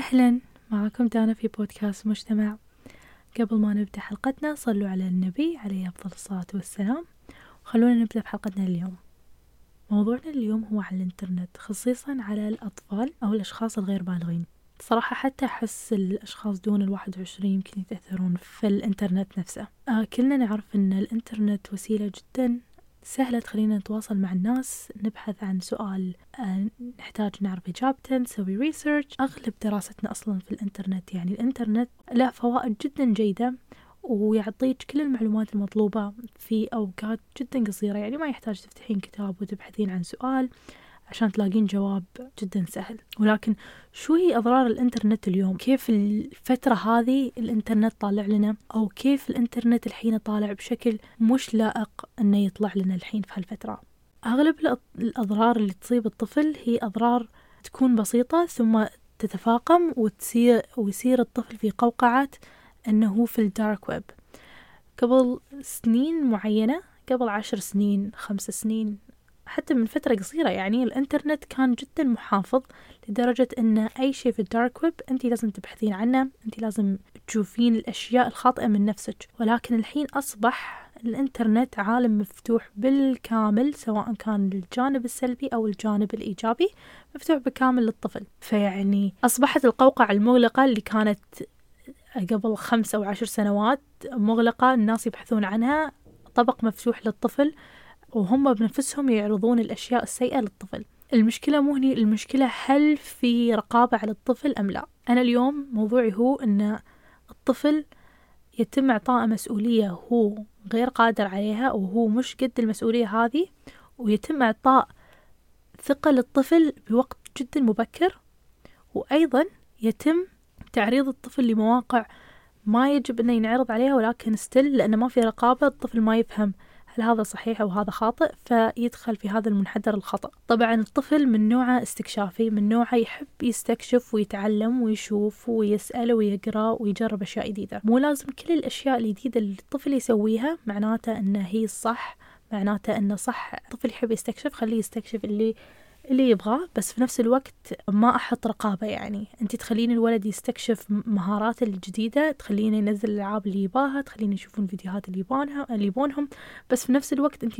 أهلا معكم دانا في بودكاست مجتمع. قبل ما نبدأ حلقتنا صلوا على النبي عليه أفضل الصلاة والسلام، وخلونا نبدأ بحلقتنا اليوم. موضوعنا اليوم هو عن الإنترنت، خصيصا على الأطفال أو الأشخاص الغير بالغين. صراحة حتى أحس الأشخاص دون 21 يمكن يتأثرون في الإنترنت نفسه. كلنا نعرف أن الإنترنت وسيلة جدا سهلة تخلينا نتواصل مع الناس، نبحث عن سؤال نحتاج نعرف إجابته، نسوي ريسيرش. أغلب دراستنا أصلا في الإنترنت، يعني الإنترنت له فوائد جدا جيدة ويعطيك كل المعلومات المطلوبة في أوقات جدا قصيرة، يعني ما يحتاج تفتحين كتاب وتبحثين عن سؤال عشان تلاقين جواب جدا سهل. ولكن شو هي أضرار الإنترنت اليوم؟ كيف الفترة هذه الإنترنت طالع لنا، أو كيف الإنترنت الحين طالع بشكل مش لائق أنه يطلع لنا الحين في هالفترة؟ أغلب الأضرار اللي تصيب الطفل هي أضرار تكون بسيطة ثم تتفاقم ويصير الطفل في قوقعة أنه في الدارك ويب. قبل سنين معينة، قبل 10 سنين 5 سنين، حتى من فترة قصيرة، يعني الإنترنت كان جدا محافظ لدرجة أن أي شيء في الدارك ويب أنت لازم تبحثين عنه، أنت لازم تشوفين الأشياء الخاطئة من نفسك. ولكن الحين أصبح الإنترنت عالم مفتوح بالكامل، سواء كان الجانب السلبي أو الجانب الإيجابي، مفتوح بالكامل للطفل. فيعني أصبحت القوقعة المغلقة اللي كانت قبل 5 أو 10 سنوات مغلقة الناس يبحثون عنها، طبق مفتوح للطفل وهم بنفسهم يعرضون الأشياء السيئة للطفل. المشكلة مو هني، المشكلة هل في رقابة على الطفل أم لا؟ أنا اليوم موضوعي هو أن الطفل يتم إعطائه مسؤولية هو غير قادر عليها، وهو مش قد المسؤولية هذه، ويتم إعطاء ثقة للطفل بوقت جدا مبكر، وأيضا يتم تعريض الطفل لمواقع ما يجب أنه ينعرض عليها، ولكن لأنه ما في رقابة الطفل ما يفهم هل هذا صحيح أو هذا خاطئ، فيدخل في هذا المنحدر الخطأ. طبعا الطفل من نوعه استكشافي، من نوعه يحب يستكشف ويتعلم ويشوف ويسأل ويقرأ ويجرب أشياء جديدة. مو لازم كل الأشياء الجديدة اللي الطفل يسويها معناته أنه هي الصح، معناته أنه صح. الطفل يحب يستكشف، خليه يستكشف اللي يبغاه، بس في نفس الوقت ما أحط رقابة. يعني أنت تخلين الولد يستكشف مهاراته الجديدة، تخلينه ينزل الألعاب اللي يباها، تخلينه يشوفون فيديوهات اللي يبونهم، بس في نفس الوقت أنت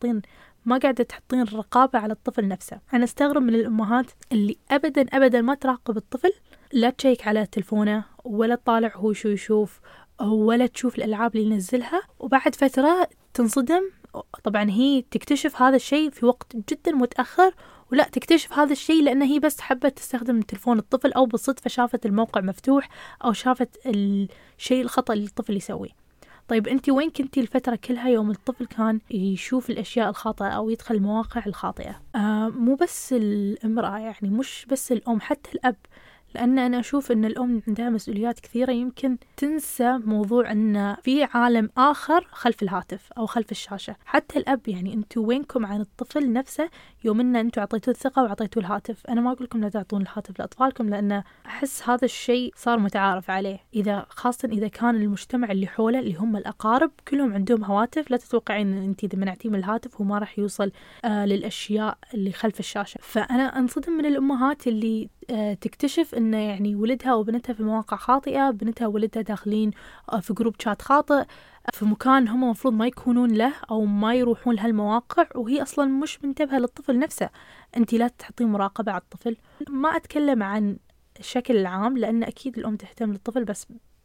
ما قاعدة تحطين رقابة على الطفل نفسه. أنا استغرب من الأمهات اللي أبدا ما تراقب الطفل، لا تشيك على تلفونه ولا تطالع هو شو يشوف ولا تشوف الألعاب اللي ينزلها، وبعد فترة تنصدم. طبعا هي تكتشف هذا الشيء في وقت جدا متأخر، ولا تكتشف هذا الشيء لأن هي بس حبت تستخدم تلفون الطفل، أو بالصدفة شافت الموقع مفتوح، أو شافت الشيء الخطأ اللي الطفل يسويه. طيب أنت وين كنتي الفترة كلها يوم الطفل كان يشوف الأشياء الخاطئة أو يدخل المواقع الخاطئة؟ مو بس الامرأة، يعني مش بس الأم، حتى الأب. لأن أنا أشوف أن الأم عندها مسؤوليات كثيرة، يمكن تنسى موضوع أن في عالم آخر خلف الهاتف أو خلف الشاشة. حتى الأب، يعني أنتوا وينكم عن الطفل نفسه يوم أن أنتوا عطيتوه الثقة وعطيتوه الهاتف؟ أنا ما أقول لكم لا تعطون الهاتف لأطفالكم، لأن أحس هذا الشيء صار متعارف عليه، خاصة إذا كان المجتمع اللي حوله اللي هم الأقارب كلهم عندهم هواتف. لا تتوقعين أن أنت إذا منعتيه من الهاتف وما راح يوصل للأشياء اللي خلف الشاشة. فأنا أنصدم من الأمهات اللي تكتشف أن يعني ولدها وبنتها في مواقع خاطئة، بنتها وولدها داخلين في جروب شات خاطئ في مكان هم مفروض ما يكونون له أو ما يروحون لهالمواقع، وهي أصلا مش منتبهة للطفل نفسه. أنت لا تحطين مراقبة على الطفل. ما أتكلم عن الشكل العام، لأن أكيد الأم تهتم للطفل، بس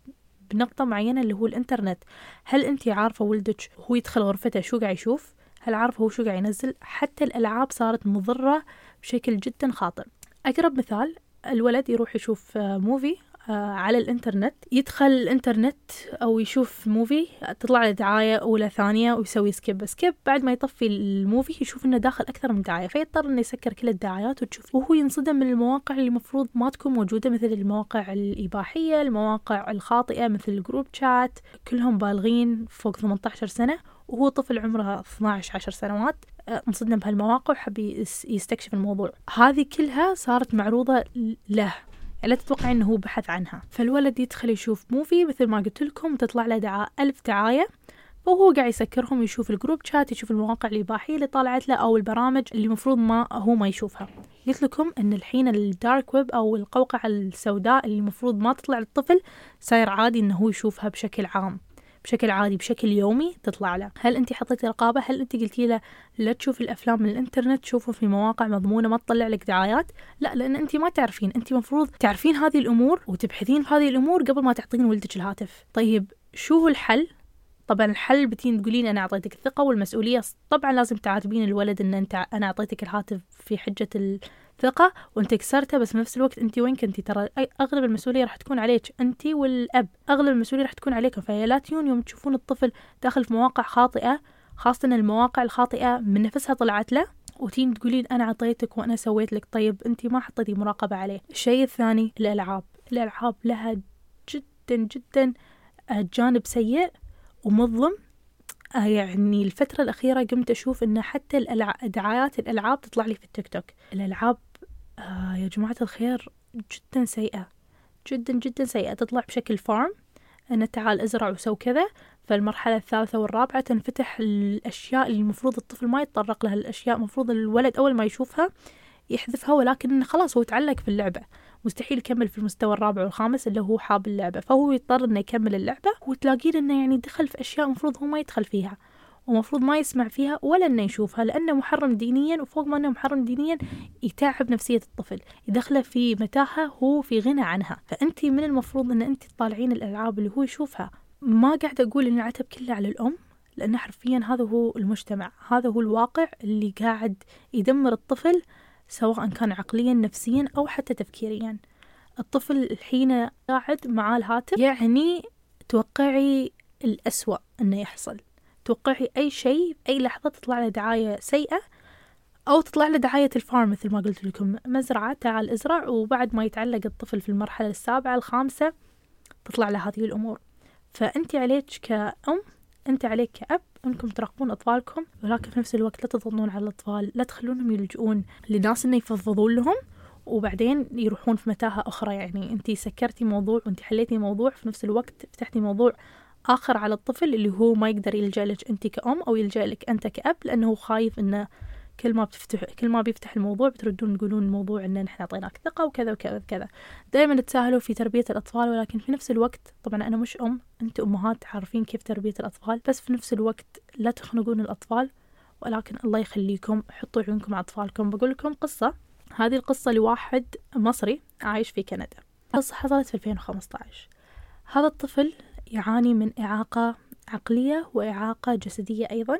بنقطة معينة اللي هو الإنترنت. هل أنت عارفة ولدك هو يدخل غرفته شو قاعد يشوف؟ هل عارفة هو شو قاعد ينزل؟ حتى الألعاب صارت مضرة بشكل جدا خاطئ. أقرب مثال، الولد يروح يشوف موفي على الإنترنت، يدخل الإنترنت أو يشوف موفي، تطلع له دعاية أولى ثانية ويسوي سكيب. بعد ما يطفي الموفي يشوف إنه داخل أكثر من دعاية، فيضطر إنه يسكر كل الدعايات وتشوف، وهو ينصدم من المواقع اللي مفروض ما تكون موجودة، مثل المواقع الإباحية، المواقع الخاطئة مثل الجروب شات، كلهم بالغين فوق 18 سنة، وهو طفل عمره 12-10 سنوات انصدم بهالمواقع وحب يستكشف الموضوع. هذه كلها صارت معروضة له، لا تتوقع انه هو بحث عنها. فالولد يدخل يشوف موفي مثل ما قلت لكم، تطلع له 1000 دعاية، وهو قاعد يسكرهم، يشوف الجروب شات، يشوف المواقع الإباحية اللي طالعت له أو البرامج اللي مفروض ما يشوفها. قلت لكم أن الحين الدارك ويب أو القوقعة السوداء اللي مفروض ما تطلع للطفل صاير عادي أنه هو يشوفها بشكل عام، بشكل عادي، بشكل يومي تطلع له. هل أنت حطيتي رقابة؟ هل أنت قلتي له لا تشوف الأفلام من الإنترنت، تشوفه في مواقع مضمونة ما تطلع لك دعايات؟ لا، لأن أنت ما تعرفين. أنت مفروض تعرفين هذه الأمور وتبحثين في هذه الأمور قبل ما تعطين ولدك الهاتف. طيب شو هو الحل؟ طبعا الحل بتين تقولين أنا أعطيتك الثقة والمسؤولية. طبعا لازم تعاتبين الولد أن أنا أعطيتك الهاتف في حجة الثقة وأنت كسرتها، بس بنفس الوقت أنت وين كنتي؟ ترى أغلب المسؤولية راح تكون عليك أنت والأب، أغلب المسؤولية راح تكون عليكم. فهي لا تيون يوم تشوفون الطفل داخل في مواقع خاطئة، خاصة المواقع الخاطئة من نفسها طلعت له، وتين تقولين أنا عطيتك وأنا سويت لك. طيب أنت ما حطيتي مراقبة عليه. الشيء الثاني الألعاب لها جدا جدا جانب سيء ومظلم. يعني الفترة الأخيرة قمت أشوف إن حتى دعايات الألعاب تطلع لي في التيك توك. الألعاب يا جماعة الخير جدا سيئة، جدا جدا سيئة. تطلع بشكل فارم، أنا تعال أزرع وسو كذا. فالمرحلة الثالثة والرابعة تنفتح الأشياء اللي المفروض الطفل ما يتطرق لها، الأشياء المفروض الولد أول ما يشوفها يحذفها، ولكن خلاص هو تعلق في اللعبة، مستحيل يكمل في المستوى الرابع والخامس اللي هو حاب اللعبة، فهو يضطر إنه يكمل اللعبة. وتلاقين إنه يعني دخل في أشياء مفروض هو ما يدخل فيها، ومفروض ما يسمع فيها ولا إنه يشوفها، لأنه محرم دينيا. وفوق ما إنه محرم دينيا يتعب نفسية الطفل، يدخله في متاهة هو في غنى عنها. فأنتي من المفروض إن أنتي تطالعين الألعاب اللي هو يشوفها. ما قاعد أقول إن العتب كله على الأم، لأن حرفيا هذا هو المجتمع، هذا هو الواقع اللي قاعد يدمر الطفل، سواء كان عقليا نفسيا أو حتى تفكيريا. الطفل الحين قاعد مع الهاتف، يعني توقعي الأسوأ أنه يحصل، توقعي أي شيء أي لحظة تطلع له دعاية سيئة، أو تطلع له دعاية الفارم مثل ما قلت لكم، مزرعة تعال ازرع. وبعد ما يتعلق الطفل في المرحلة السابعة الخامسة تطلع له هذه الأمور. فأنت عليك كأم، أنت عليك كأب أنكم تراقبون أطفالكم، ولكن في نفس الوقت لا تضغطون على الأطفال، لا تخلونهم يلجؤون لناس إنه يفضفضون لهم وبعدين يروحون في متاهة أخرى. يعني أنتي سكرتي موضوع وأنتي حليتي موضوع، في نفس الوقت فتحتي موضوع آخر على الطفل اللي هو ما يقدر يلجأ لك أنت كأم أو يلجأ لك أنت كأب، لأنه خايف إنه كل ما بيفتح الموضوع بتردون تقولون الموضوع إن نحن أعطيناك ثقة وكذا وكذا وكذا. دائما تساهلوا في تربية الأطفال، ولكن في نفس الوقت طبعا أنا مش أم، أنت أمهات عارفين كيف تربية الأطفال، بس في نفس الوقت لا تخنقون الأطفال. ولكن الله يخليكم حطوا عيونكم على أطفالكم. بقول لكم قصة، هذه القصة لواحد مصري عايش في كندا. قصة حصلت في 2015. هذا الطفل يعاني من إعاقة عقلية وإعاقة جسدية أيضا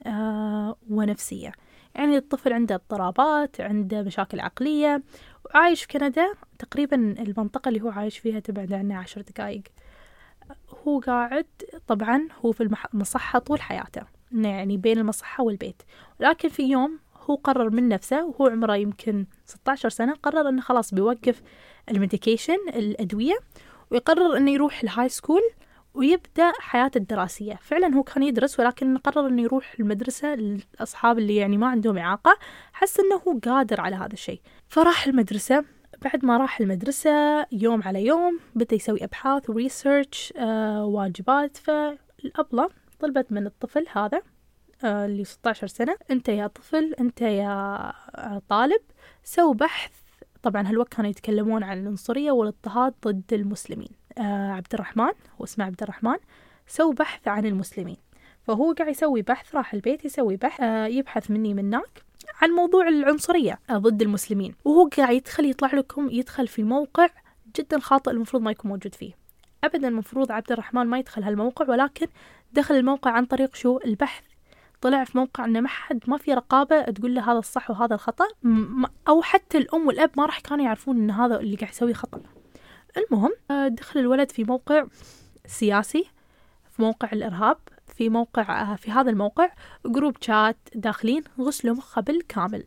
ونفسية. يعني الطفل عنده اضطرابات، عنده مشاكل عقلية، وعايش في كندا. تقريبا المنطقة اللي هو عايش فيها تبعد عنه 10 دقائق. هو قاعد طبعا هو في المصحة طول حياته، يعني بين المصحة والبيت. ولكن في يوم هو قرر من نفسه، وهو عمره يمكن 16 سنة، قرر أنه خلاص بيوقف الميديكيشن الأدوية ويقرر أنه يروح الهاي سكول ويبدأ حياته الدراسية. فعلا هو كان يدرس، ولكن قرر أنه يروح المدرسة للأصحاب اللي يعني ما عندهم إعاقة، حس أنه هو قادر على هذا الشيء. فراح المدرسة. بعد ما راح المدرسة يوم على يوم بدأ يسوي أبحاث وريسيرش واجبات. فالأبلة طلبت من الطفل هذا اللي 16 سنة، أنت يا طفل، أنت يا طالب، سو بحث. طبعا هالوقت كانوا يتكلمون عن العنصرية والاضطهاد ضد المسلمين. عبد الرحمن، هو اسمه عبد الرحمن، سو بحث عن المسلمين. فهو قاعد يسوي بحث، راح البيت يسوي بحث، يبحث مني منك عن موضوع العنصرية ضد المسلمين. وهو قاعد يدخل في موقع جدا خاطئ، المفروض ما يكون موجود فيه أبدا. المفروض عبد الرحمن ما يدخل هالموقع، ولكن دخل الموقع عن طريق شو؟ البحث. طلع في موقع إنه ما في رقابة تقول له هذا الصح وهذا الخطأ، أو حتى الأم والأب ما راح كانوا يعرفون إن هذا اللي قاعد يسويه خطأ. المهم دخل الولد في موقع سياسي، في موقع الإرهاب، في هذا الموقع جروب شات داخلين، غسلوا مخه بالكامل.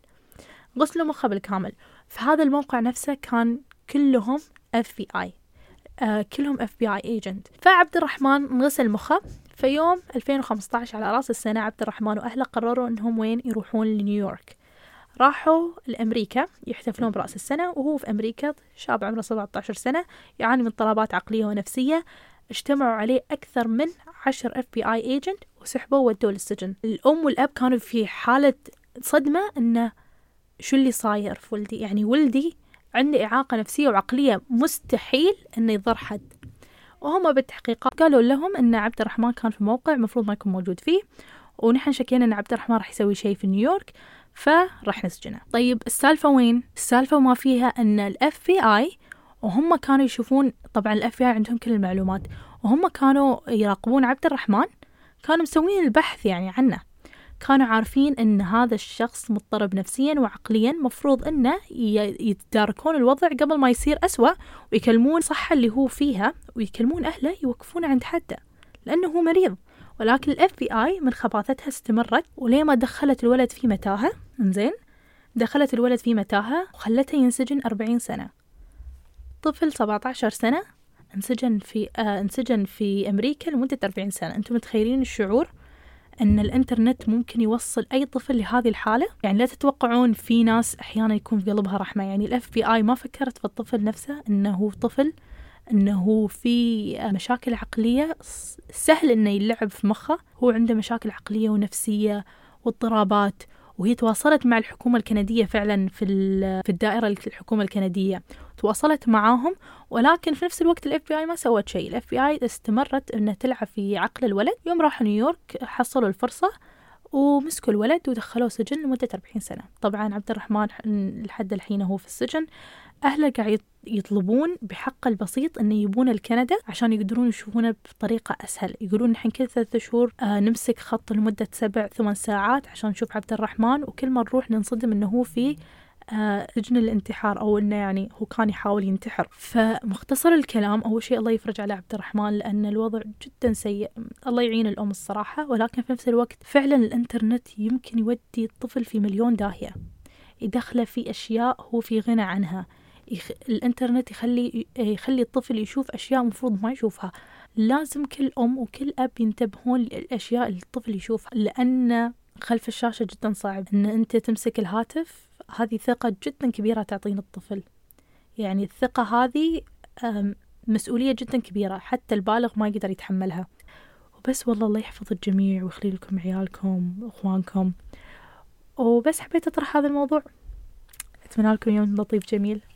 في هذا الموقع نفسه كان كلهم FBI، كلهم FBI agent. فعبد الرحمن انغسل مخه. في يوم 2015 على رأس السنة عبد الرحمن وأهله قرروا أنهم وين يروحون لنيويورك. راحوا لأمريكا يحتفلون برأس السنة، وهو في أمريكا شاب عمره 17 سنة يعاني من اضطرابات عقلية ونفسية. اجتمعوا عليه أكثر من 10 FBI agent وسحبوه ودوه للسجن. الأم والأب كانوا في حالة صدمة إنه شو اللي صاير في ولدي، يعني ولدي عنده إعاقة نفسية وعقلية، مستحيل إنه يضر حد. وهم بالتحقيقات قالوا لهم إن عبد الرحمن كان في موقع مفروض ما يكون موجود فيه، ونحن شكينا إن عبد الرحمن راح يسوي شيء في نيويورك فراح نسجنه. طيب السالفة وين؟ السالفة ما فيها إن ال FBI وهم كانوا يشوفون، طبعا ال FBI عندهم كل المعلومات، وهم كانوا يراقبون عبد الرحمن، كانوا مسوين البحث يعني عنه، كانوا عارفين إن هذا الشخص مضطرب نفسيا وعقليا، مفروض إنه يتداركون الوضع قبل ما يصير أسوأ، ويكلمون صحة اللي هو فيها، ويكلمون أهله يوقفون عند حده لأنه هو مريض. ولكن ال FBI من خباثتها استمرت وليه ما دخلت الولد في متاهة. إنزين، دخلت الولد في متاهة وخلته ينسجن 40 سنة. طفل 17 سنة انسجن في أمريكا لمدة 40 سنة. أنتم متخيلين الشعور أن الإنترنت ممكن يوصل أي طفل لهذه الحالة؟ يعني لا تتوقعون في ناس أحيانا يكون في قلبها رحمة. يعني ال FBI ما فكرت في الطفل نفسه أنه هو طفل، أنه في مشاكل عقلية سهل أنه يلعب في مخه، هو عنده مشاكل عقلية ونفسية واضطرابات. وهي تواصلت مع الحكومة الكندية فعلا في الدائرة الحكومة الكندية، تواصلت معاهم، ولكن في نفس الوقت ال FBI ما سوت شيء. ال FBI استمرت أنها تلعب في عقل الولد. يوم راحوا نيويورك حصلوا الفرصة ومسكوا الولد ودخلوه سجن لمدة 40 سنة. طبعا عبد الرحمن لحد الحين هو في السجن. أهله قاعد يطلبون بحق البسيط أن يبونه لكندا عشان يقدرون يشوفونه بطريقة أسهل. يقولون نحن كل 3 شهور نمسك خط لمدة 7-8 ساعات عشان نشوف عبد الرحمن، وكل ما نروح ننصدم أنه هو في سجن الانتحار، أو أنه يعني هو كان يحاول ينتحر. فمختصر الكلام، أول شيء الله يفرج على عبد الرحمن لأن الوضع جدا سيء، الله يعين الأم الصراحة. ولكن في نفس الوقت فعلا الإنترنت يمكن يودي الطفل في مليون داهية، يدخله في أشياء هو في غنى عنها. الإنترنت يخلي الطفل يشوف أشياء مفروض ما يشوفها. لازم كل أم وكل أب ينتبهون للأشياء اللي الطفل يشوفها، لأن خلف الشاشة جدا صعب أن أنت تمسك الهاتف. هذه ثقة جدا كبيرة تعطين الطفل، يعني الثقة هذه مسؤولية جدا كبيرة، حتى البالغ ما يقدر يتحملها. وبس والله الله يحفظ الجميع ويخلي لكم عيالكم وإخوانكم. وبس حبيت أطرح هذا الموضوع، أتمنى لكم يوم لطيف جميل.